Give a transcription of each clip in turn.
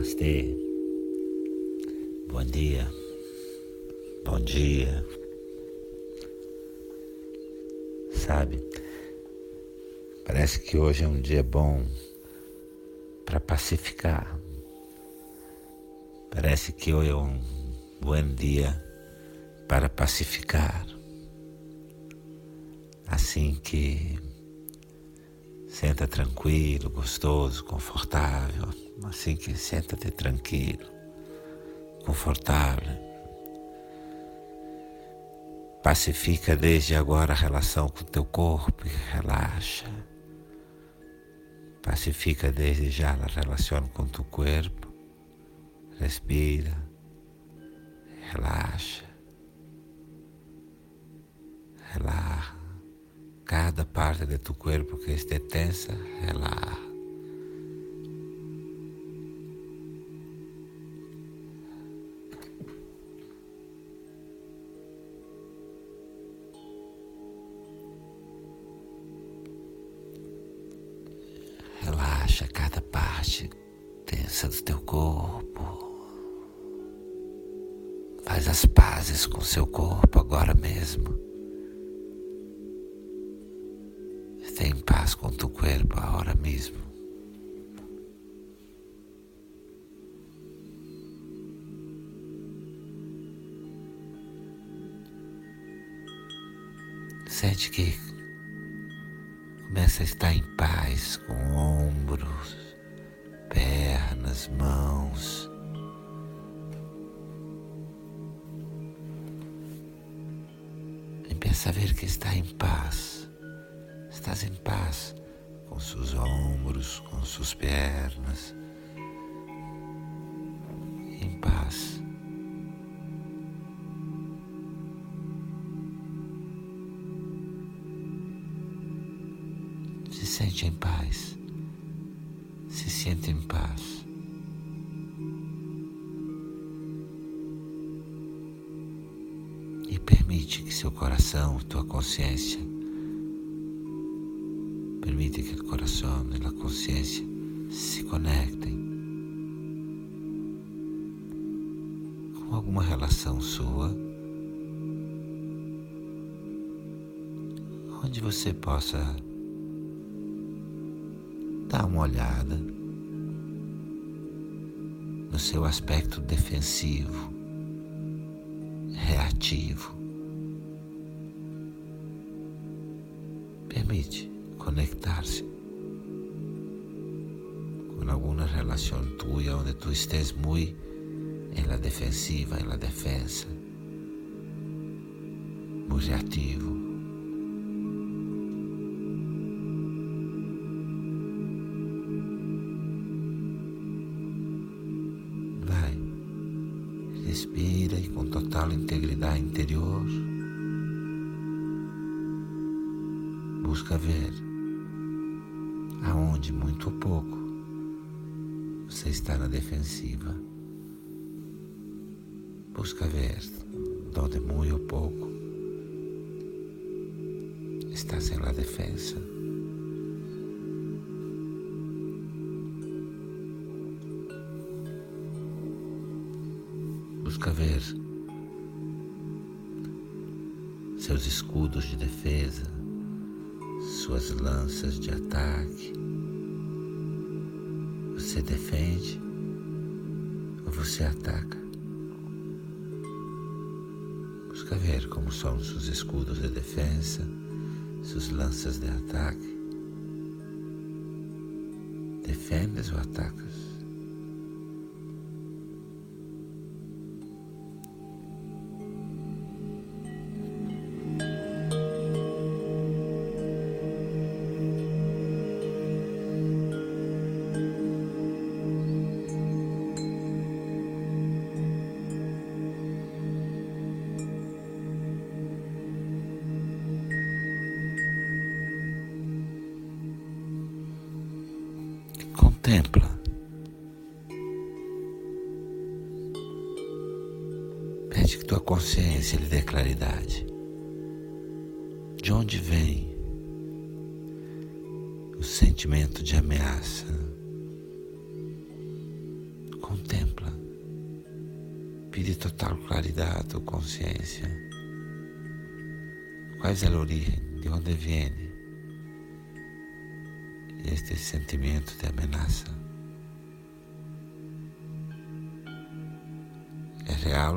Namastê, bom dia, bom dia. Sabe, parece que hoje é um dia bom para pacificar. Parece que hoje é um bom dia para pacificar. Assim que senta tranquilo, gostoso, confortável. Assim que senta-te tranquilo, confortável. Pacifica desde agora a relação com o teu corpo e relaxa. Pacifica desde já a relação com o teu corpo. Respira, relaxa, relaxa. Cada parte de tu corpo que esté tensa, relaxa. Relaxa cada parte tensa do teu corpo. Faz as pazes com seu corpo agora mesmo. Esteja em paz com teu corpo agora mesmo. Sente que começa a estar em paz com ombros, pernas, mãos. Empieza a ver que está em paz. Estás em paz com seus ombros, com suas pernas. Em paz. Se sente em paz. Se sente em paz. E permite que seu coração, tua consciência, permite que o coração e a consciência se conectem com alguma relação sua, onde você possa dar uma olhada no seu aspecto defensivo, reativo. Permite conectar-se com alguma relação tua onde tu estés muito em la defensiva, em la defensa, muito reativo. Vai, respira e com total integridade interior, busca ver aonde, muito ou pouco, você está na defensiva. Busca ver onde, muito ou pouco, estás em la defensa. Busca ver seus escudos de defesa, suas lanças de ataque. Você defende ou você ataca? Busca ver como são seus escudos de defesa, suas lanças de ataque. Defendes ou atacas? Contempla. Pede que tua consciência lhe dê claridade. De onde vem o sentimento de ameaça? e de total claridade ou consciência. Qual é a origem? De onde vem este sentimento de ameaça? É real?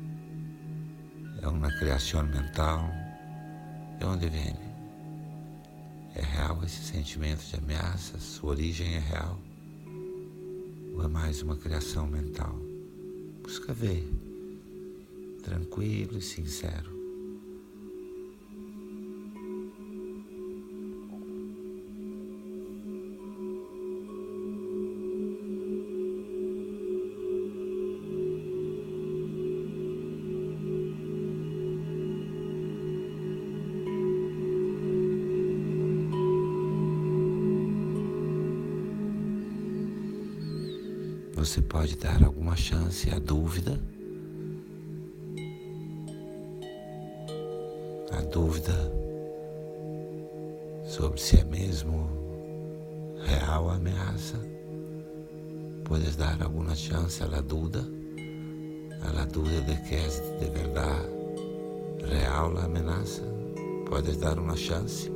É uma criação mental? De onde vem? É real esse sentimento de ameaça? Sua origem é real? Ou é mais uma criação mental? Busca ver, tranquilo e sincero. Você pode dar alguma chance à dúvida. A dúvida sobre se é mesmo real a ameaça. Puedes dar alguma chance à dúvida de que é de verdade real a ameaça. Puedes dar uma chance.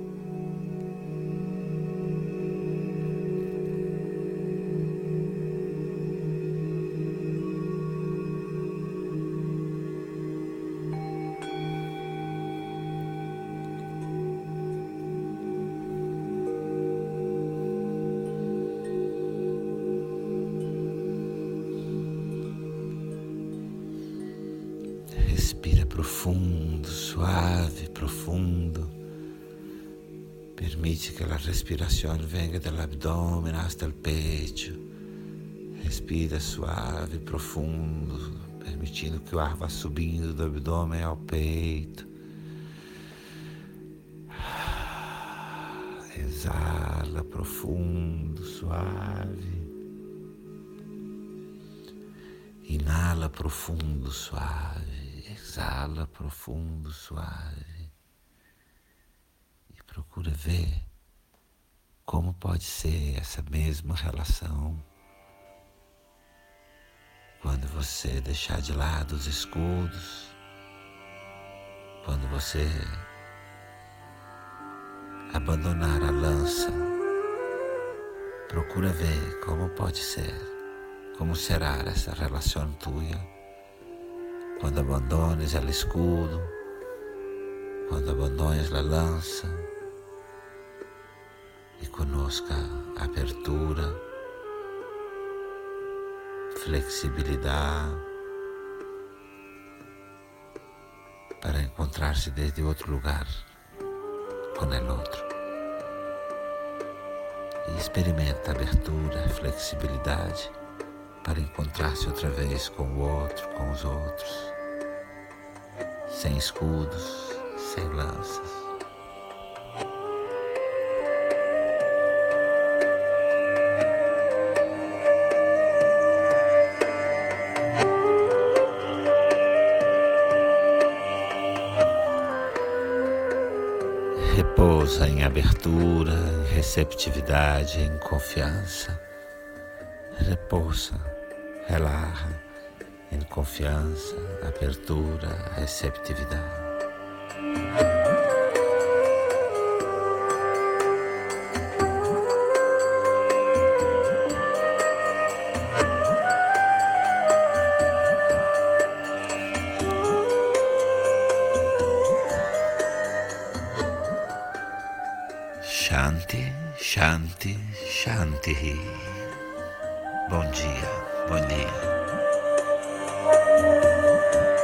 Respira profundo, suave, profundo. Permite que a respiração venga do abdômen hasta o pecho. Respira suave, profundo, permitindo que o ar vá subindo do abdômen ao peito. Exala profundo, suave. Inala profundo, suave. Exala profundo, suave. E procura ver como pode ser essa mesma relação quando você deixar de lado os escudos, quando você abandonar a lança. Procura ver como pode ser, como será essa relação tua quando abandones o escudo, quando abandones a lança e conozca a abertura, flexibilidade para encontrar-se desde outro lugar com o outro. E experimenta a abertura, flexibilidade para encontrar-se outra vez com o outro, com os outros, sem escudos, sem lanças. Repousa em abertura, em receptividade, em confiança. Repousa, relaxa em confiança, abertura, receptividade. Shanti, Shanti, Shanti. Bom dia, bom dia.